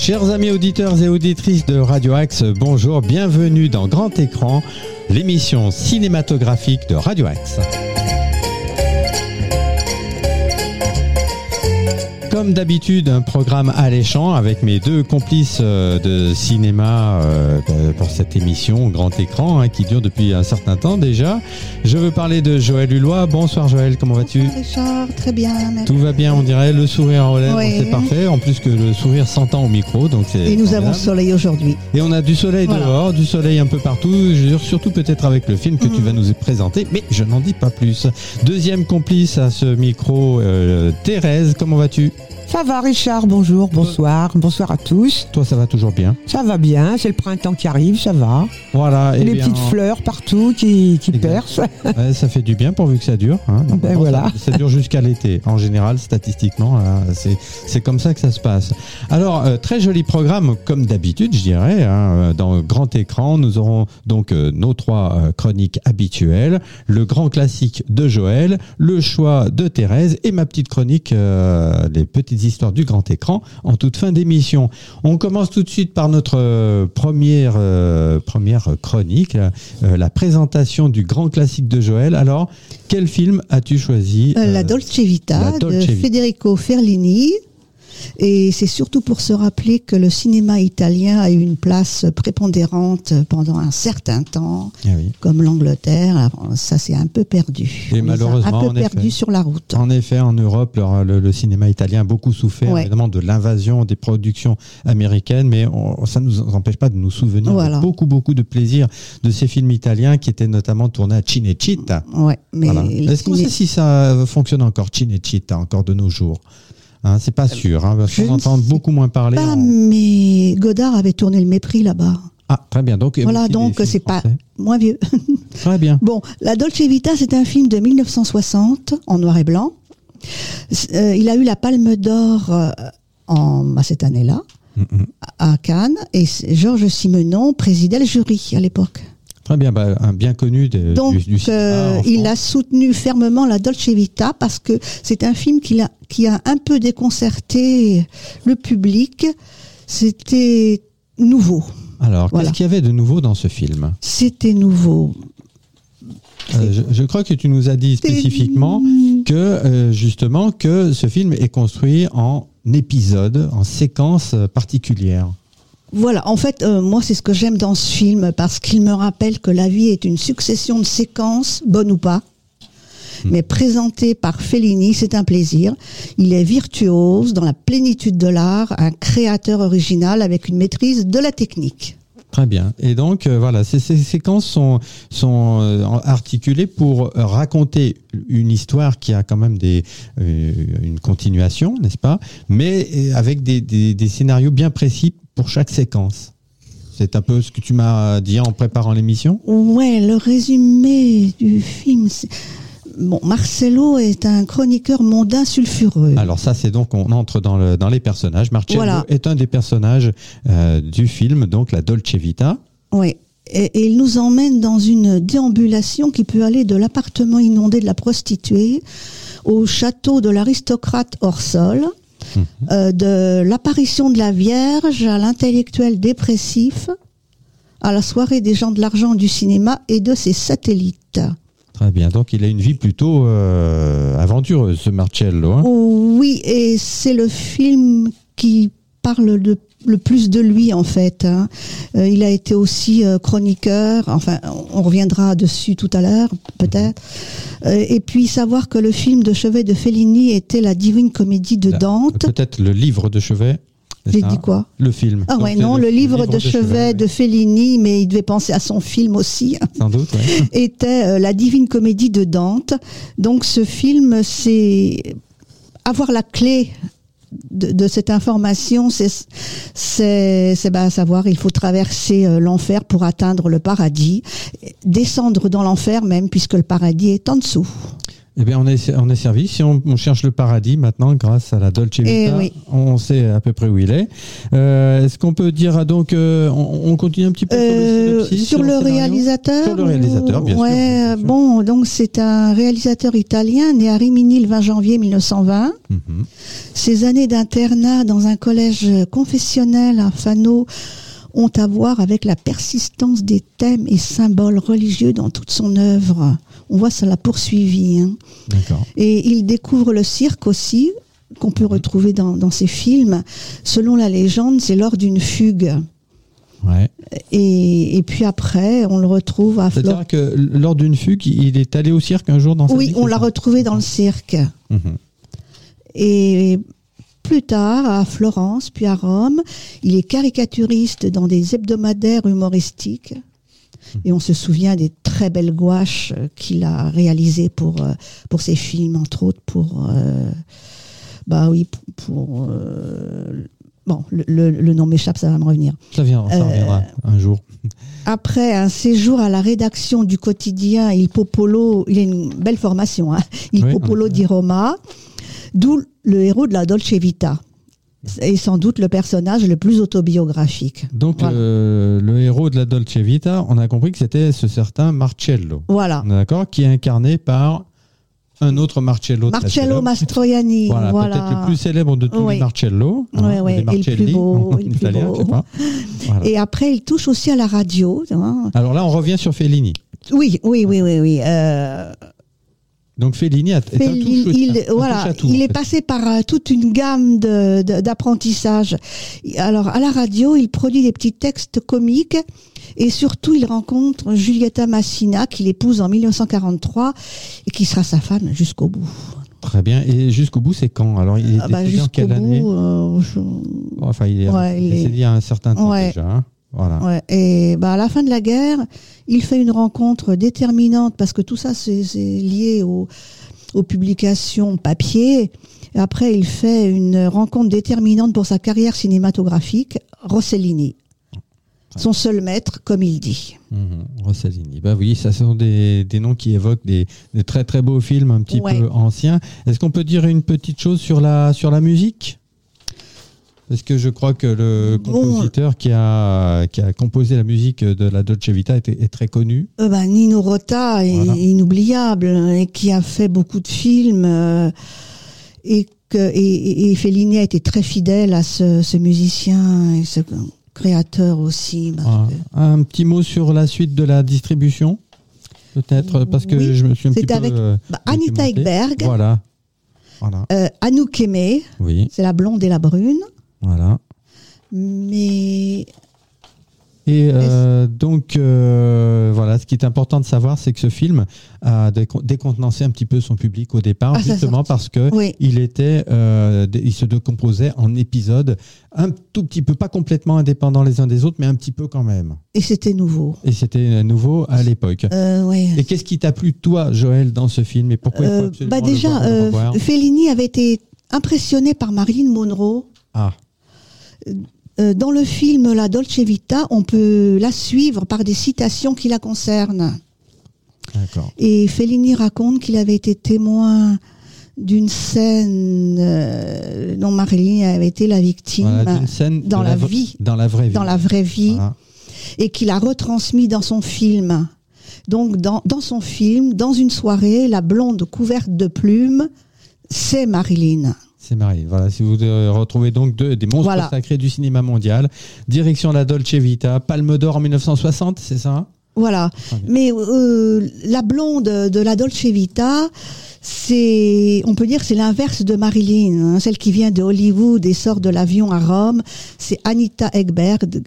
Chers amis auditeurs et auditrices de Radio Axe, bonjour, bienvenue dans Grand Écran, l'émission cinématographique de Radio Axe. Comme d'habitude, un programme alléchant avec mes deux complices de cinéma pour cette émission Grand Écran qui dure depuis un certain temps déjà. Je veux parler de Joël Hulot. Bonsoir Joël, comment vas-tu ? Bonsoir Richard, très bien. Merci. Tout va bien, on dirait, le sourire en lèvres, Oui. c'est parfait. En plus que le sourire s'entend au micro, donc c'est. Et nous formidable. avons le soleil aujourd'hui. Et on a du soleil dehors, du soleil un peu partout, surtout peut-être avec le film que tu vas nous présenter, mais je n'en dis pas plus. Deuxième complice à ce micro, Thérèse, comment vas-tu ? Ça va Richard, bonjour, bonsoir à tous. Toi, ça va toujours bien ? Ça va bien, c'est le printemps qui arrive, ça va. Voilà. Les petites fleurs partout qui percent. Ouais, ça fait du bien pourvu que ça dure. Hein. Donc, Ben voilà. Ça dure jusqu'à l'été. En général, statistiquement, c'est comme ça que ça se passe. Alors, très joli programme, comme d'habitude, je dirais. Hein, dans Grand Écran, nous aurons donc nos trois chroniques habituelles. Le grand classique de Joël, le choix de Thérèse et ma petite chronique, les petites histoires du grand écran en toute fin d'émission. On commence tout de suite par notre première chronique, la présentation du grand classique de Joël. Alors, quel film as-tu choisi ? La Dolce Vita de Federico Fellini. Et c'est surtout pour se rappeler que le cinéma italien a eu une place prépondérante pendant un certain temps, comme l'Angleterre. Alors, ça s'est un peu perdu. Et malheureusement, un peu perdu sur la route. En effet, en Europe, le cinéma italien a beaucoup souffert évidemment de l'invasion des productions américaines, mais ça ne nous empêche pas de nous souvenir de beaucoup de plaisir de ces films italiens qui étaient notamment tournés à Cinecittà. Ouais, mais Est-ce qu'on sait si ça fonctionne encore, Cinecittà, encore de nos jours ? Hein, c'est pas sûr, hein, parce qu'on entend beaucoup moins parler. Mais Godard avait tourné Le Mépris là-bas. Ah, très bien. Donc, voilà, donc c'est pas moins vieux. Très bien. Bon, La Dolce Vita, c'est un film de 1960 en noir et blanc. Il a eu la Palme d'Or à cette année-là, à Cannes, et Georges Simenon présidait le jury à l'époque. Très bien, un bien connu du cinéma. Il a soutenu fermement la Dolce Vita parce que c'est un film qui a un peu déconcerté le public. C'était nouveau. Alors, qu'est-ce qu'il y avait de nouveau dans ce film ? C'était nouveau. Je crois que tu nous as dit spécifiquement que justement que ce film est construit en épisodes, en séquences particulières. Voilà, en fait, moi, c'est ce que j'aime dans ce film, parce qu'il me rappelle que la vie est une succession de séquences, bonnes ou pas, mais présentées par Fellini, c'est un plaisir. Il est virtuose, dans la plénitude de l'art, un créateur original avec une maîtrise de la technique. Très bien. Et donc, voilà, ces séquences sont articulées pour raconter une histoire qui a quand même une continuation, n'est-ce pas ? Mais avec des scénarios bien précis pour chaque séquence. C'est un peu ce que tu m'as dit en préparant l'émission ? Ouais, le résumé du film, bon, Marcello est un chroniqueur mondain sulfureux. Alors ça, c'est donc, on entre dans les personnages. Marcello est un des personnages du film, donc la Dolce Vita. Oui, et il nous emmène dans une déambulation qui peut aller de l'appartement inondé de la prostituée au château de l'aristocrate hors sol. De l'apparition de la Vierge à l'intellectuel dépressif, à la soirée des gens de l'argent du cinéma et de ses satellites. Très bien, donc il a une vie plutôt aventureuse, ce Marcello. Hein. Oui, et c'est le film qui parle le plus de lui, en fait. Hein. Il a été aussi chroniqueur, enfin, on reviendra dessus tout à l'heure, peut-être. Et puis, savoir que le film de chevet de Fellini était la Divine Comédie de Dante. Peut-être le livre de chevet. J'ai dit quoi ? Le film. Ah ouais, non, le livre de chevet de Fellini, mais il devait penser à son film aussi. Sans doute, oui. Était la Divine Comédie de Dante. Donc, ce film, c'est avoir la clé de cette information, c'est savoir il faut traverser l'enfer pour atteindre le paradis, descendre dans l'enfer même, puisque le paradis est en dessous. Eh bien, on est servi. Si on cherche le paradis maintenant, grâce à la Dolce Vita, oui. on sait à peu près où il est. Est-ce qu'on peut dire donc, on continue un petit peu sur le synopsis, sur le scénario réalisateur. Sur le réalisateur, bien sûr. Ouais, bon, donc c'est un réalisateur italien né à Rimini le 20 janvier 1920. Mhm. Ses années d'internat dans un collège confessionnel à Fano ont à voir avec la persistance des thèmes et symboles religieux dans toute son œuvre. On voit ça l'a poursuivi. Hein. D'accord. Et il découvre le cirque aussi, qu'on peut retrouver dans ses films. Selon la légende, c'est lors d'une fugue. Ouais. Et puis après, on le retrouve à C'est-à-dire que lors d'une fugue, il est allé au cirque un jour dans sa vie. Oui, on l'a retrouvé dans le cirque. Mhm. Et plus tard, à Florence, puis à Rome, il est caricaturiste dans des hebdomadaires humoristiques. Et on se souvient des très belles gouaches qu'il a réalisées pour ses films, entre autres pour bon, le nom m'échappe, ça va me revenir. Ça reviendra un jour. Après un séjour à la rédaction du quotidien Il Popolo, il a une belle formation, hein, Il Popolo di Roma, d'où le héros de la Dolce Vita. Et sans doute le personnage le plus autobiographique. Donc voilà. le héros de la Dolce Vita, on a compris que c'était ce certain Marcello. Voilà. On est d'accord, qui est incarné par un autre Marcello. Marcello Mastroianni. Voilà, peut-être le plus célèbre de tous les Marcello. Oui, oui, et le plus beau. En italien, je sais pas. Voilà. Et après, il touche aussi à la radio. Hein. Alors là, on revient sur Fellini. Oui. Donc Fellini est un touche à tout. Il est passé par toute une gamme d'apprentissage. Alors à la radio, il produit des petits textes comiques et surtout il rencontre Giulietta Massina qu'il épouse en 1943 et qui sera sa femme jusqu'au bout. Très bien. Et jusqu'au bout, c'est quand? Alors il est décédé en quelle année? Enfin, il est décédé il y a un certain temps déjà. Hein. Voilà. Ouais. Et à la fin de la guerre, il fait une rencontre déterminante parce que tout ça c'est lié aux publications papier. Et après, il fait une rencontre déterminante pour sa carrière cinématographique, Rossellini. Son seul maître, comme il dit. Rossellini. Bah oui, ça sont des noms qui évoquent des très très beaux films un petit peu anciens. Est-ce qu'on peut dire une petite chose sur la musique ? Parce que je crois que le compositeur qui a composé la musique de la Dolce Vita est très connu. Nino Rota est inoubliable et qui a fait beaucoup de films et Fellini a été très fidèle à ce musicien et ce créateur aussi. Un petit mot sur la suite de la distribution, peut-être, parce que je me suis un petit peu... C'était avec Anita Ekberg, voilà. Anouk Aimée, c'est la blonde et la brune. Voilà. Mais... Et donc, voilà, ce qui est important de savoir, c'est que ce film a décontenancé un petit peu son public au départ, justement parce que il se décomposait en épisodes un tout petit peu, pas complètement indépendants les uns des autres, mais un petit peu quand même. Et c'était nouveau. À l'époque. Et qu'est-ce qui t'a plu, toi, Joël, dans ce film, et pourquoi il faut absolument le revoir? Fellini avait été impressionné par Marilyn Monroe. Dans le film La Dolce Vita, on peut la suivre par des citations qui la concernent. D'accord. Et Fellini raconte qu'il avait été témoin d'une scène dont Marilyn avait été la victime d'une scène dans la vraie vie, voilà. Et qu'il a retransmis dans son film. Donc dans son film, dans une soirée, la blonde couverte de plumes, c'est Marilyn. C'est Marie. Voilà, si vous retrouvez donc des monstres sacrés du cinéma mondial. Direction la Dolce Vita, Palme d'Or en 1960, c'est ça? Voilà. Mais la blonde de la Dolce Vita, on peut dire, c'est l'inverse de Marilyn, hein, celle qui vient de Hollywood et sort de l'avion à Rome. C'est Anita Ekberg,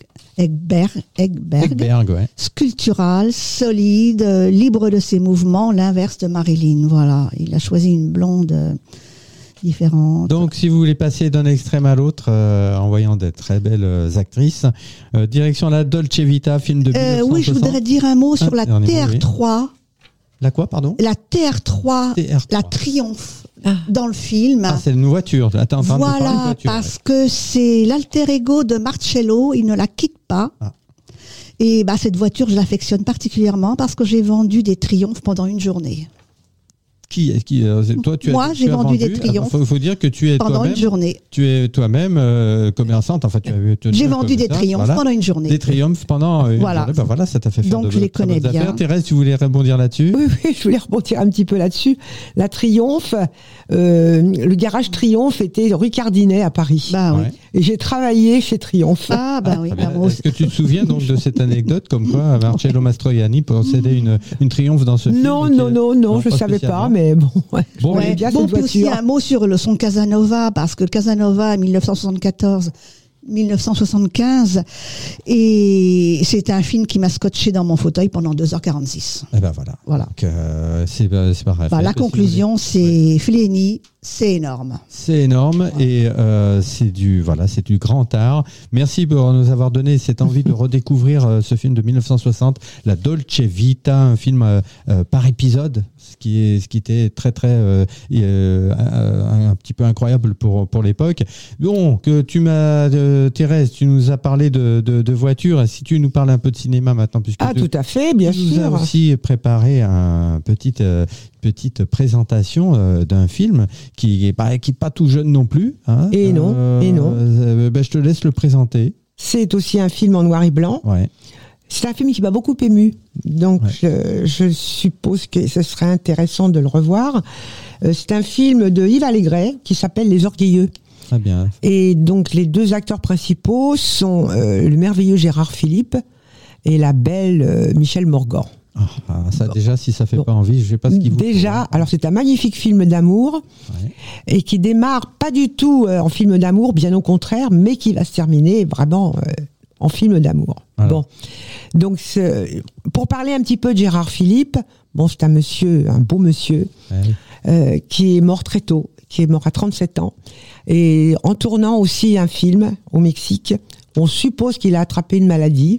sculpturale, solide, libre de ses mouvements, l'inverse de Marilyn. Voilà. Il a choisi une blonde différentes. Donc, si vous voulez passer d'un extrême à l'autre, en voyant des très belles actrices, direction la Dolce Vita, film de 1960. Oui, je voudrais dire un mot sur la TR3. La quoi, pardon? La TR3, la Triomphe dans le film. C'est une voiture. Attends, voilà, parce que c'est l'alter ego de Marcello, il ne la quitte pas. Et cette voiture, je l'affectionne particulièrement parce que j'ai vendu des Triomphes pendant une journée. Toi, Moi, j'ai vendu des triomphes. Il faut dire que tu es pendant toi-même, une journée. Tu es toi-même commerçante. Enfin, j'ai vendu des triomphes pendant une journée. Des triomphes pendant une journée. Ben voilà, ça t'a fait faire donc je les connais bien. Affaires. Thérèse, tu voulais rebondir là-dessus? Oui, je voulais rebondir un petit peu là-dessus. La Triomphe, le garage Triomphe était rue Cardinet à Paris. Bah oui. Et j'ai travaillé chez Triomphe. Ah bah oui. Est-ce que tu te souviens donc de cette anecdote comme quoi Marcello Mastroianni possédait une Triomphe dans ce film? Non, je savais pas, mais bon. Bien cette voiture. Aussi un mot sur le son Casanova, parce que Casanova, 1975, et c'est un film qui m'a scotché dans mon fauteuil pendant 2h46. Et ben voilà. Donc, c'est pareil. La conclusion, c'est Fellini, c'est énorme. C'est énorme et c'est du grand art. Merci pour nous avoir donné cette envie de redécouvrir ce film de 1960, La Dolce Vita, un film par épisode, ce qui était très très un petit peu incroyable pour l'époque. Donc Thérèse, tu nous as parlé de voitures. Si tu nous parles un peu de cinéma maintenant, puisque tout à fait, bien sûr. Tu nous as aussi préparé une petite présentation d'un film qui est pas tout jeune non plus. Hein. Et non. Je te laisse le présenter. C'est aussi un film en noir et blanc. Ouais. C'est un film qui m'a beaucoup ému, donc je suppose que ce serait intéressant de le revoir. C'est un film de Yves Allégret qui s'appelle Les Orgueilleux. Très bien. Et donc les deux acteurs principaux sont le merveilleux Gérard Philippe et la belle Michel Morgan. Ça déjà, si ça fait pas envie, je sais pas ce qu'il vous déjà. Alors c'est un magnifique film d'amour et qui démarre pas du tout en film d'amour, bien au contraire, mais qui va se terminer vraiment en film d'amour. Alors. Bon, donc pour parler un petit peu de Gérard Philippe, c'est un beau monsieur qui est mort très tôt, qui est mort à 37 ans, et en tournant aussi un film au Mexique, on suppose qu'il a attrapé une maladie.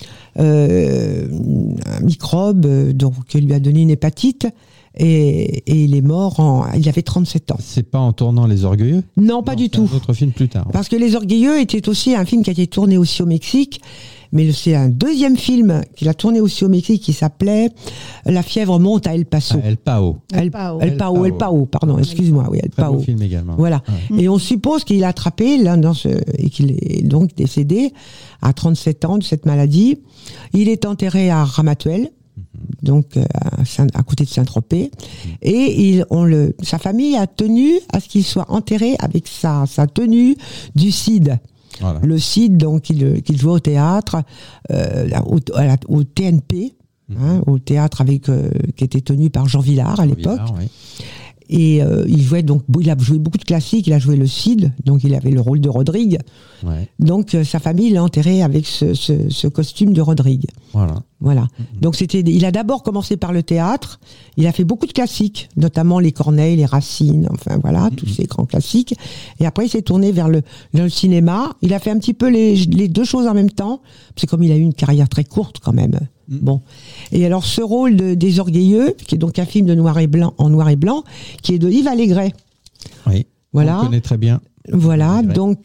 Un microbe qui lui a donné une hépatite et il est mort il avait 37 ans. C'est pas en tournant Les Orgueilleux? Non, pas du tout. Un autre film plus tard. Parce que Les Orgueilleux était aussi un film qui a été tourné aussi au Mexique, mais c'est un deuxième film qu'il a tourné aussi au Mexique qui s'appelait La fièvre monte à El Paso. El Pao, pardon, excuse-moi, oui, El Pao. Beau film également. Voilà. Ouais. Et on suppose qu'il a attrapé et qu'il est donc décédé à 37 ans de cette maladie. Il est enterré à Ramatuelle, donc à côté de Saint-Tropez, et sa famille a tenu à ce qu'il soit enterré avec sa tenue du Cid. Voilà. Le Cid, donc, qu'il jouait au théâtre, au TNP, au théâtre qui était tenu par Jean Vilar à l'époque. Oui. Et il a joué beaucoup de classiques, il a joué le Cid, donc il avait le rôle de Rodrigue. Ouais. Donc sa famille l'a enterré avec ce costume de Rodrigue. Voilà. Donc il a d'abord commencé par le théâtre, il a fait beaucoup de classiques, notamment les Corneille, les Racine, tous ces grands classiques. Et après il s'est tourné vers le cinéma. Il a fait un petit peu les deux choses en même temps, c'est comme il a eu une carrière très courte quand même. Bon. Et alors ce rôle des Orgueilleux, qui est donc un film en noir et blanc, qui est de Yves Allégret. Oui. Voilà. On connaît très bien. Voilà. Donc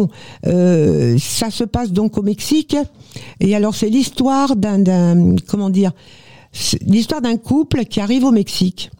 ça se passe donc au Mexique. Et alors c'est l'histoire l'histoire d'un couple qui arrive au Mexique.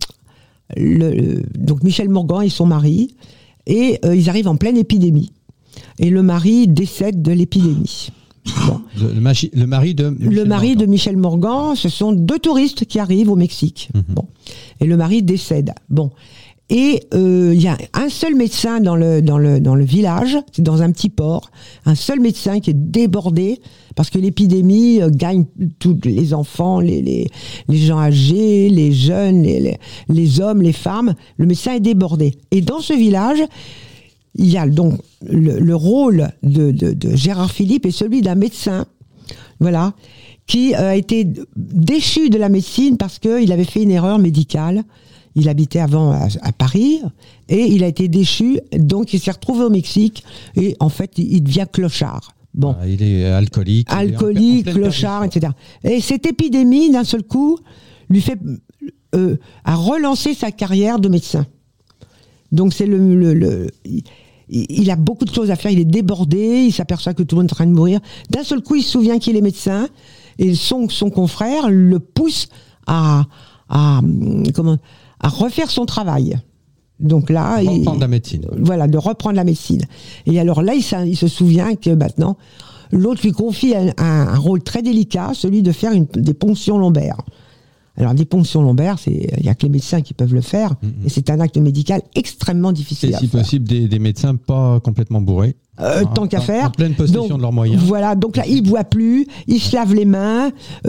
Donc Michel Morgan et son mari, et ils arrivent en pleine épidémie. Et le mari décède de l'épidémie. Bon. Le mari de Michel Morgan, ce sont deux touristes qui arrivent au Mexique. Bon. Et le mari décède. Bon. Et il y a un seul médecin dans le village, c'est dans un petit port, un seul médecin qui est débordé parce que l'épidémie gagne tous les enfants, les gens âgés, les jeunes, les hommes, les femmes. Le médecin est débordé. Et dans ce village, il y a donc le rôle de Gérard Philippe et celui d'un médecin, voilà, qui a été déchu de la médecine parce qu'il avait fait une erreur médicale. Il habitait avant à Paris et il a été déchu, donc il s'est retrouvé au Mexique et en fait il devient clochard. Bon, il est alcoolique, clochard, etc. Et cette épidémie d'un seul coup lui fait a relancé sa carrière de médecin. Donc c'est il a beaucoup de choses à faire, il est débordé, il s'aperçoit que tout le monde est en train de mourir. D'un seul coup, il se souvient qu'il est médecin et son confrère le pousse à à refaire son travail. Donc là, Reprendre la médecine. Voilà, de reprendre la médecine. Et alors là, il se souvient que maintenant, l'autre lui confie un rôle très délicat, celui de faire des ponctions lombaires. Alors, des ponctions lombaires, il y a que les médecins qui peuvent le faire, et c'est un acte médical extrêmement difficile Et à si faire. possible, des médecins pas complètement bourrés. Tant qu'à faire. En pleine possession Donc, de leurs moyens. Voilà, donc là, il boit plus, il se lave les mains,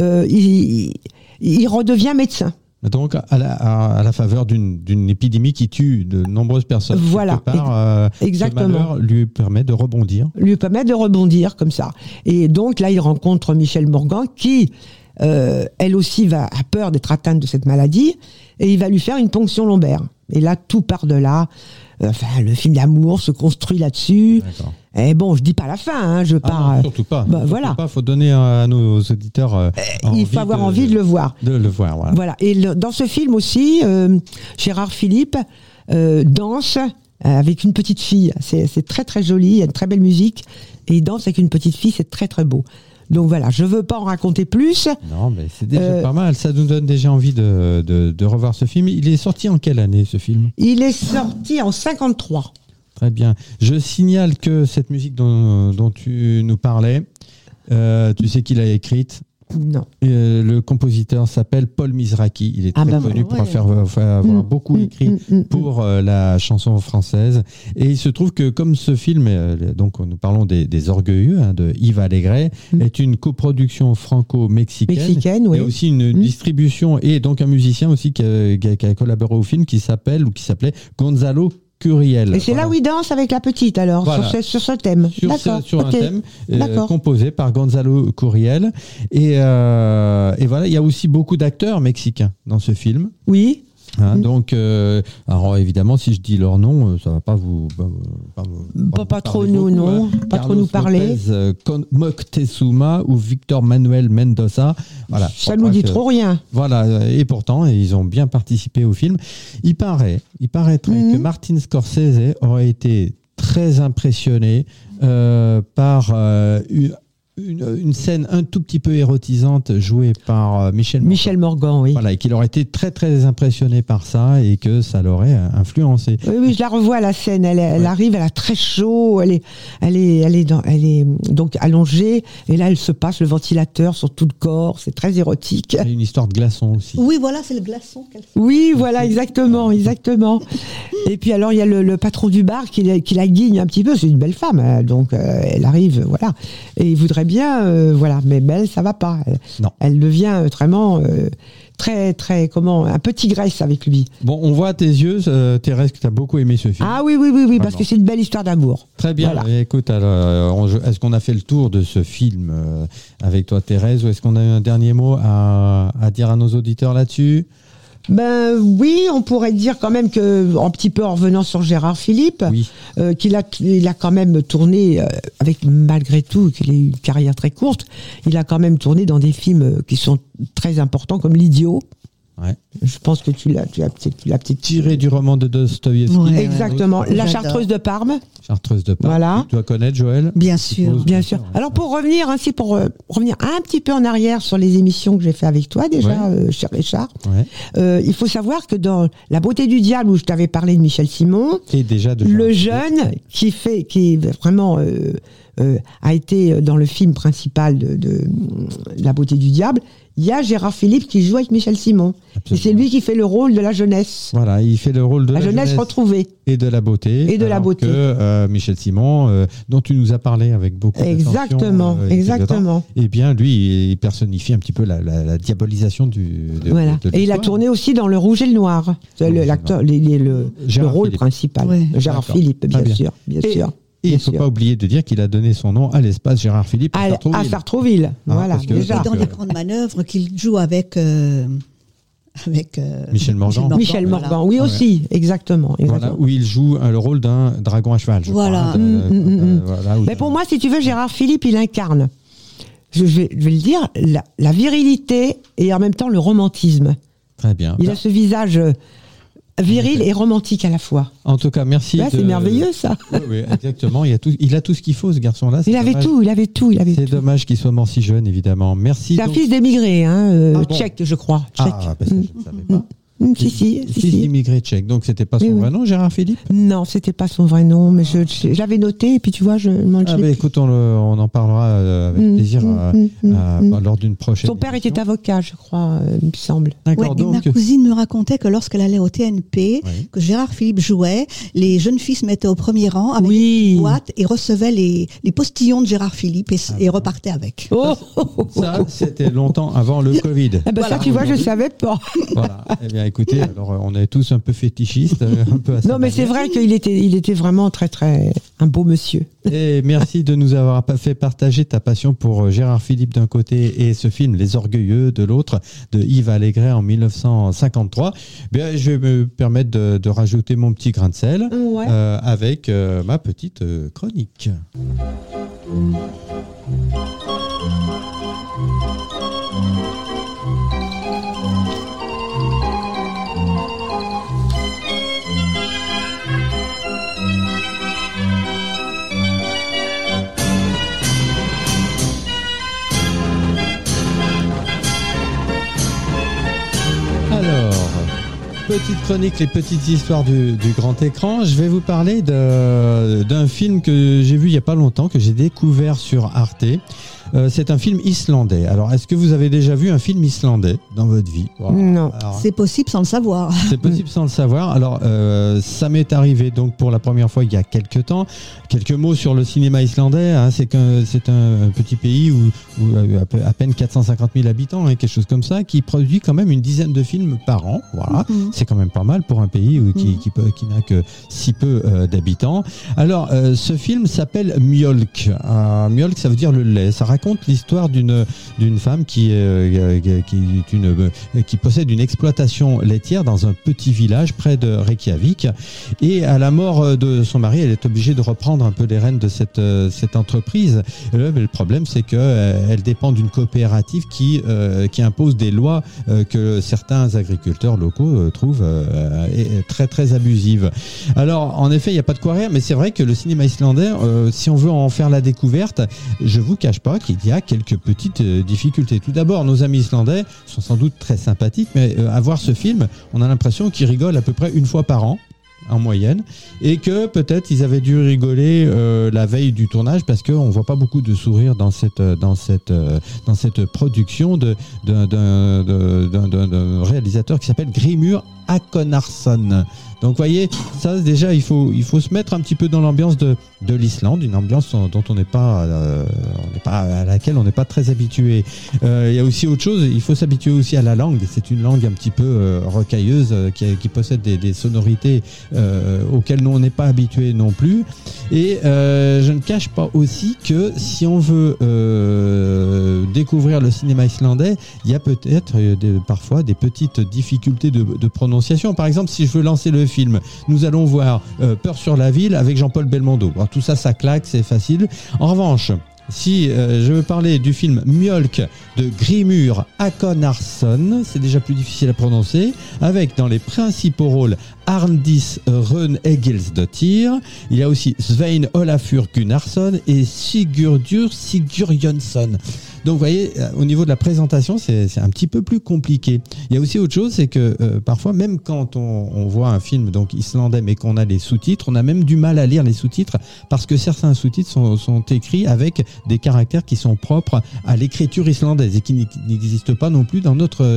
il redevient médecin. Donc, à la faveur d'une épidémie qui tue de nombreuses personnes. Voilà, Quelque part, exactement. Ce malheur lui permet de rebondir. Lui permet de rebondir comme ça. Et donc là, il rencontre Michel Morgan qui, elle aussi, a peur d'être atteinte de cette maladie, et il va lui faire une ponction lombaire. Et là, tout part de là. Enfin, le film d'amour se construit là-dessus. D'accord. Et bon, je dis pas la fin, hein, je pars. Non, surtout pas. Bah, voilà. Il faut donner à nos auditeurs. Il faut avoir envie de le voir. De le voir, voilà. Voilà. Et dans ce film aussi, Gérard Philippe danse avec une petite fille. C'est très très joli. Il y a une très belle musique. Et il danse avec une petite fille. C'est très très beau. Donc voilà, je veux pas en raconter plus. Non, mais c'est déjà pas mal. Ça nous donne déjà envie de revoir ce film. Il est sorti en quelle année, ce film ? Il est sorti en 53. Très bien. Je signale que cette musique dont tu nous parlais, tu sais qui l'a écrite ? Non. Le compositeur s'appelle Paul Mizrachi. Il est très connu pour avoir beaucoup écrit pour la chanson française. Et il se trouve que comme ce film, donc nous parlons des Orgueilleux, de Yves Allégret, est une coproduction franco-mexicaine. Oui. Et aussi une distribution, et donc un musicien aussi qui a collaboré au film qui s'appelait Gonzalo Curiel. Et c'est là où il danse avec la petite, alors, voilà. sur ce thème. Sur un thème composé par Gonzalo Curiel. Et voilà, il y a aussi beaucoup d'acteurs mexicains dans ce film. Oui. Donc, alors évidemment, si je dis leur nom, ça va pas vous pas trop nous, non, pas trop nous parler. Lopez, Moctezuma ou Victor Manuel Mendoza, voilà. Ça nous dit trop rien. Voilà, et pourtant, ils ont bien participé au film. Il paraîtrait que Martin Scorsese aurait été très impressionné par une scène un tout petit peu érotisante jouée par Michel Morgan, oui. Voilà, et qu'il aurait été très très impressionné par ça et que ça l'aurait influencé. Oui, je la revois la scène. Elle arrive, elle a très chaud, elle est donc allongée et là elle se passe le ventilateur sur tout le corps. C'est très érotique. Il y a une histoire de glaçon aussi. Oui, voilà, c'est le glaçon qu'elle fait. Oui, voilà, exactement. Et puis alors il y a le patron du bar qui la guigne un petit peu. C'est une belle femme, hein, donc elle arrive, voilà, et il voudrait bien, voilà, mais Belle, ça va pas. Elle devient vraiment très, très, un peu tigresse avec lui. Bon, on voit à tes yeux, Thérèse, que tu as beaucoup aimé ce film. Ah oui, parce que c'est une belle histoire d'amour. Très bien. Voilà. Écoute, alors, est-ce qu'on a fait le tour de ce film avec toi, Thérèse, ou est-ce qu'on a un dernier mot à dire à nos auditeurs là-dessus ? Ben oui, on pourrait dire quand même que, un petit peu en revenant sur Gérard Philippe, qu'il a quand même tourné malgré tout, qu'il ait eu une carrière très courte, il a quand même tourné dans des films qui sont très importants comme L'Idiot. Ouais. Je pense que tu l'as peut-être tiré du roman de Dostoïevski. Ouais, exactement. La Chartreuse de Parme. Voilà. Tu dois connaître, Joël ? Bien sûr. Alors pour revenir un petit peu en arrière sur les émissions que j'ai fait avec toi déjà, cher Richard, il faut savoir que dans La Beauté du Diable, où je t'avais parlé de Michel Simon, et déjà le jeune qui vraiment a été dans le film principal de La Beauté du Diable, il y a Gérard Philippe qui joue avec Michel Simon. Absolument. Et c'est lui qui fait le rôle de la jeunesse. Voilà, il fait le rôle de la jeunesse retrouvée. Et de la beauté. Que Michel Simon, dont tu nous as parlé avec beaucoup d'attention. Exactement. Eh bien, lui, il personnifie un petit peu la diabolisation de l'histoire. Et il a tourné aussi dans Le Rouge et le Noir. L'acteur, le rôle principal. Ouais. Gérard Philippe, bien sûr. Et il ne faut pas oublier de dire qu'il a donné son nom à l'espace Gérard Philippe à Sartrouville. Voilà, déjà. Et dans Les Grandes Manœuvres qu'il joue avec Michel Morgan. Michel Morgan, oui, aussi, exactement. Voilà, où il joue le rôle d'un dragon à cheval, je crois. Mais pour moi, si tu veux, Gérard Philippe, il incarne, je vais le dire, la virilité et en même temps le romantisme. Très bien. Il a ce visage viril et romantique à la fois. En tout cas, merci. Là, c'est merveilleux, ça. Oui, exactement. Il a tout ce qu'il faut, ce garçon-là. Il avait tout. C'est dommage qu'il soit mort si jeune, évidemment. Merci. C'est un fils d'émigré, tchèque, je crois. Parce que je ne savais pas. Si. Fils d'immigrés tchèques. Donc c'était pas son vrai nom, Gérard Philippe? Non, c'était pas son vrai nom, mais je l'avais noté et puis tu vois, écoute, on en parlera avec plaisir lors d'une prochaine. Son père était avocat, je crois, il me semble. D'accord. Ouais, donc ma cousine me racontait que lorsqu'elle allait au TNP, que Gérard Philippe jouait, les jeunes filles se mettaient au premier rang avec une boîte et recevaient les postillons de Gérard Philippe et repartaient avec. Ça, c'était longtemps avant le Covid. Ça, tu vois, je savais pas. Voilà. Eh bien, écoutez, alors on est tous un peu fétichistes, un peu. Non, mais c'est vrai qu'il était vraiment très très un beau monsieur. Et merci de nous avoir fait partager ta passion pour Gérard Philippe d'un côté et ce film Les Orgueilleux de l'autre, de Yves Allégret en 1953. Bien, je vais me permettre de rajouter mon petit grain de sel avec ma petite chronique. Alors, petite chronique, les petites histoires du grand écran. Je vais vous parler d'un film que j'ai vu il n'y a pas longtemps, que j'ai découvert sur Arte. C'est un film islandais. Alors, est-ce que vous avez déjà vu un film islandais dans votre vie? Non. Alors, c'est possible sans le savoir. C'est possible sans le savoir. Alors, ça m'est arrivé donc pour la première fois il y a quelques temps. Quelques mots sur le cinéma islandais. Hein, c'est un petit pays où à peine 450 000 habitants, hein, quelque chose comme ça, qui produit quand même une dizaine de films par an. Voilà, c'est quand même pas mal pour un pays qui n'a que si peu d'habitants. Alors, ce film s'appelle Mjölk. Mjölk, ça veut dire le lait. Ça raconte l'histoire d'une femme qui possède une exploitation laitière dans un petit village près de Reykjavik, et à la mort de son mari, elle est obligée de reprendre un peu les rênes de cette entreprise. Le problème, c'est que elle dépend d'une coopérative qui impose des lois que certains agriculteurs locaux trouvent très très abusives. Alors en effet, il n'y a pas de quoi rire, mais c'est vrai que le cinéma islandais, si on veut en faire la découverte, je vous cache pas qu'il y a quelques petites difficultés. Tout d'abord, nos amis islandais sont sans doute très sympathiques, mais à voir ce film, on a l'impression qu'ils rigolent à peu près une fois par an en moyenne, et que peut-être ils avaient dû rigoler la veille du tournage, parce qu'on voit pas beaucoup de sourires dans cette production d'un réalisateur qui s'appelle Grímur Akonarson. Donc vous voyez, ça déjà il faut se mettre un petit peu dans l'ambiance de l'Islande, une ambiance dont on n'est pas à laquelle on n'est pas très habitué. Il y a aussi autre chose, il faut s'habituer aussi à la langue. C'est une langue un petit peu rocailleuse qui possède des sonorités auxquelles nous on n'est pas habitué non plus. Et je ne cache pas aussi que si on veut découvrir le cinéma islandais, il y a peut-être parfois des petites difficultés de prononciation. Par exemple, si je veux lancer le film, nous allons voir Peur sur la ville avec Jean-Paul Belmondo. Alors, tout ça claque, c'est facile. En revanche, si je veux parler du film Mjölk de Grímur Akonarson, c'est déjà plus difficile à prononcer, avec dans les principaux rôles Arndís Rún Egilsdóttir, il y a aussi Svein Olafur Gunnarsson et Sigurdur Sigurjónsson. Donc vous voyez, au niveau de la présentation, c'est un petit peu plus compliqué. Il y a aussi autre chose, c'est que parfois, même quand on voit un film donc islandais, mais qu'on a les sous-titres, on a même du mal à lire les sous-titres, parce que certains sous-titres sont écrits avec des caractères qui sont propres à l'écriture islandaise et qui n'existent pas non plus dans notre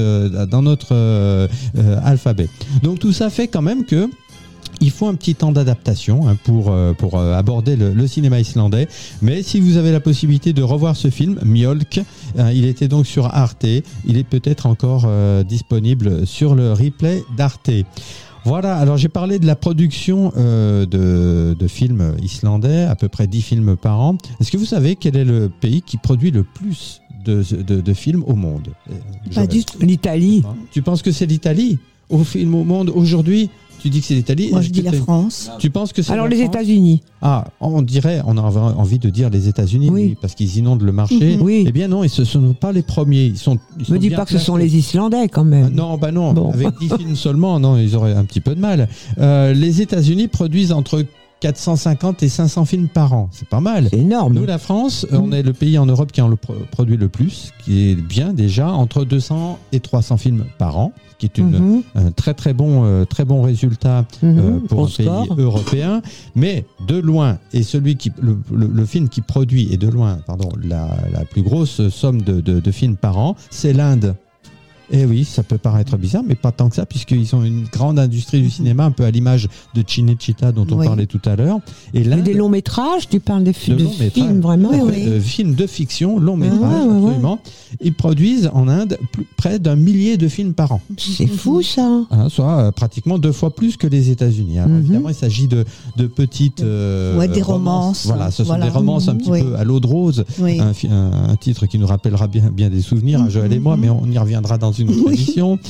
alphabet. Donc tout ça fait quand même que il faut un petit temps d'adaptation pour aborder le cinéma islandais. Mais si vous avez la possibilité de revoir ce film, Mjölk, il était donc sur Arte. Il est peut-être encore disponible sur le replay d'Arte. Voilà, alors j'ai parlé de la production de films islandais, à peu près 10 films par an. Est-ce que vous savez quel est le pays qui produit le plus de films au monde? Pas du tout. L'Italie. Tu penses que c'est l'Italie au film au monde aujourd'hui? Tu dis que c'est l'Italie. Moi, je dis la France. Tu penses que c'est alors les États-Unis? Ah, on a envie de dire les États-Unis, oui, parce qu'ils inondent le marché. Oui. Eh bien non, ce ne sont pas les premiers. Ils sont me dis pas que ce sont les Islandais quand même. Non. Bon. Avec 10 films seulement, non, ils auraient un petit peu de mal. Les États-Unis produisent entre 450 et 500 films par an. C'est pas mal. C'est énorme. Nous, la France, on est le pays en Europe qui en produit le plus, qui est bien déjà, entre 200 et 300 films par an, qui est un très très bon résultat pour un pays européen. Mais de loin, et le film qui produit, et de loin, la plus grosse somme de films par an, c'est l'Inde. Et oui, ça peut paraître bizarre, mais pas tant que ça, puisqu'ils ont une grande industrie du cinéma, un peu à l'image de Cinecittà dont on parlait tout à l'heure. Et là, des longs métrages, tu parles de films vraiment, films de fiction, longs métrages, absolument. Ils produisent en Inde près d'1 millier de films par an. C'est fou ça. Soit pratiquement 2 fois plus que les États-Unis. Alors évidemment, il s'agit de petites des romances. Voilà, ce sont des romances un petit peu à l'eau de rose. Un titre qui nous rappellera bien des souvenirs à Joël et moi, mais on y reviendra dans une autre émission.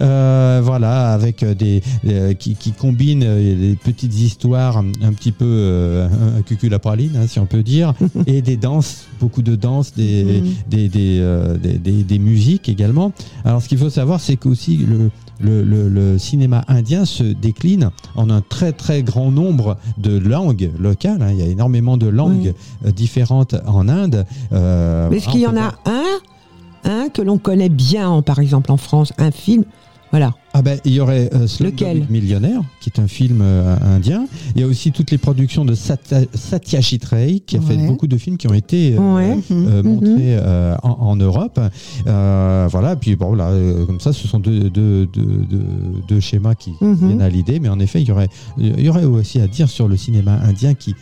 Avec qui combinent des petites histoires un petit peu un cuculapraline, si on peut dire, et des danses, beaucoup de danses, des musiques également. Alors ce qu'il faut savoir, c'est qu'aussi le cinéma indien se décline en un très très grand nombre de langues locales. Il y a énormément de langues différentes en Inde. Mais est-ce qu'il y en a un que l'on connaît bien, par exemple en France, un film, voilà. Il y aurait Slumdog Millionnaire, qui est un film indien. Il y a aussi toutes les productions de Satyajit Ray, qui a fait beaucoup de films qui ont été montrés en Europe. Puis comme ça, ce sont deux schémas qui viennent à l'idée. Mais en effet, il y aurait aussi à dire sur le cinéma indien qui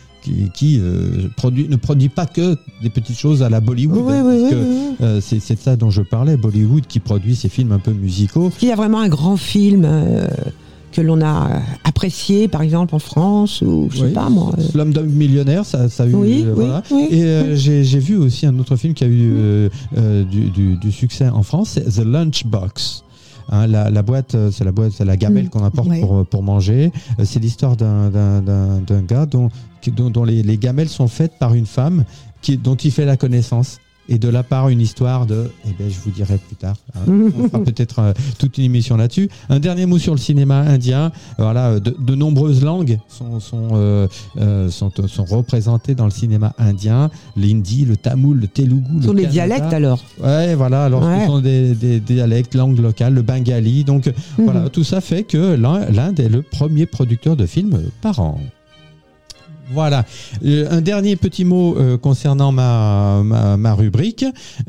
ne produit pas que des petites choses à la Bollywood. C'est de ça dont je parlais, Bollywood qui produit ces films un peu musicaux. Il y a vraiment un grand film que l'on a apprécié, par exemple en France, ou je sais pas moi. Slumdog Millionnaire, ça a eu. Et j'ai vu aussi un autre film qui a eu du succès en France, c'est The Lunchbox. La boîte, c'est la gamelle qu'on apporte pour manger. C'est l'histoire d'un gars dont les gamelles sont faites par une femme dont il fait la connaissance. Et de la part, une histoire je vous dirai plus tard. On fera peut-être toute une émission là-dessus. Un dernier mot sur le cinéma indien. De nombreuses langues sont représentées dans le cinéma indien. L'hindi, le tamoul, le telugu, ce sont des dialectes alors. Ce sont des dialectes, langues locales, le bengali. Donc tout ça fait que l'Inde est le premier producteur de films par an. Voilà. Un dernier petit mot concernant ma rubrique.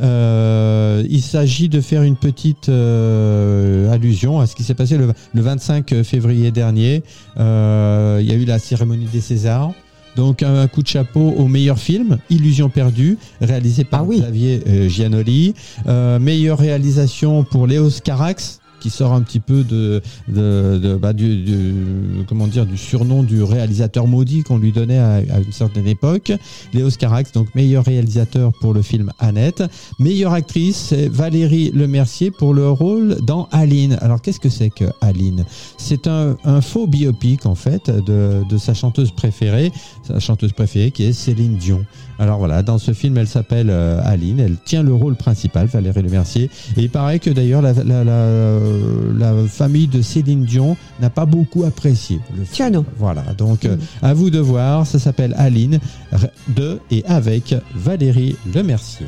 Il s'agit de faire une petite allusion à ce qui s'est passé le 25 février dernier. Il y a eu la cérémonie des Césars. Donc un coup de chapeau au meilleur film, Illusion perdue, réalisé par Xavier Giannoli. Meilleure réalisation pour Léos Carax, qui sort un petit peu du surnom du réalisateur maudit qu'on lui donnait à une certaine époque. Léos Carax, donc meilleur réalisateur pour le film Annette. Meilleure actrice, c'est Valérie Lemercier pour le rôle dans Aline. Alors qu'est-ce que c'est que Aline ? C'est un faux biopic en fait de sa chanteuse préférée qui est Céline Dion. Alors voilà, dans ce film, elle s'appelle Aline, elle tient le rôle principal, Valérie Lemercier. Et il paraît que d'ailleurs la famille de Céline Dion n'a pas beaucoup apprécié le film. Tiens non. Voilà, donc à vous de voir, ça s'appelle Aline, de et avec Valérie Lemercier.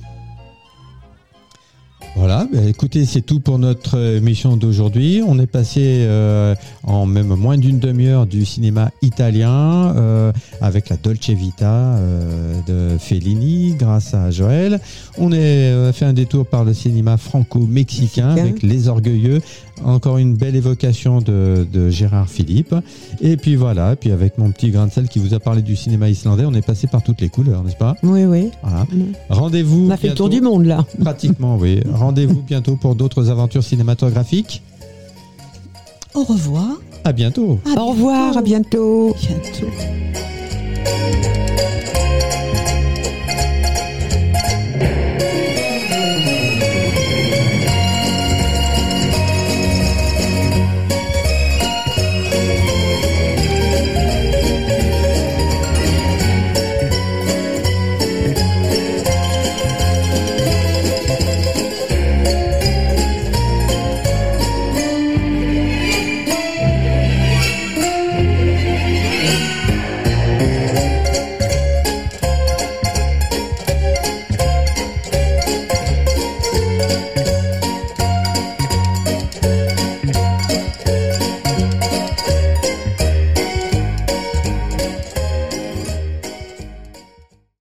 Voilà, écoutez, c'est tout pour notre émission d'aujourd'hui. On est passé en même moins d'une demi-heure du cinéma italien avec la Dolce Vita de Fellini grâce à Joël. On a fait un détour par le cinéma franco-mexicain avec Les Orgueilleux. Encore une belle évocation de Gérard Philippe. Et puis voilà, puis avec mon petit grain de sel qui vous a parlé du cinéma islandais, on est passé par toutes les couleurs, n'est-ce pas ? Oui. Voilà. Rendez-vous. On a fait le tour du monde là. Pratiquement, oui. Rendez-vous bientôt pour d'autres aventures cinématographiques. Au revoir. À bientôt. Au revoir, à bientôt. Bientôt.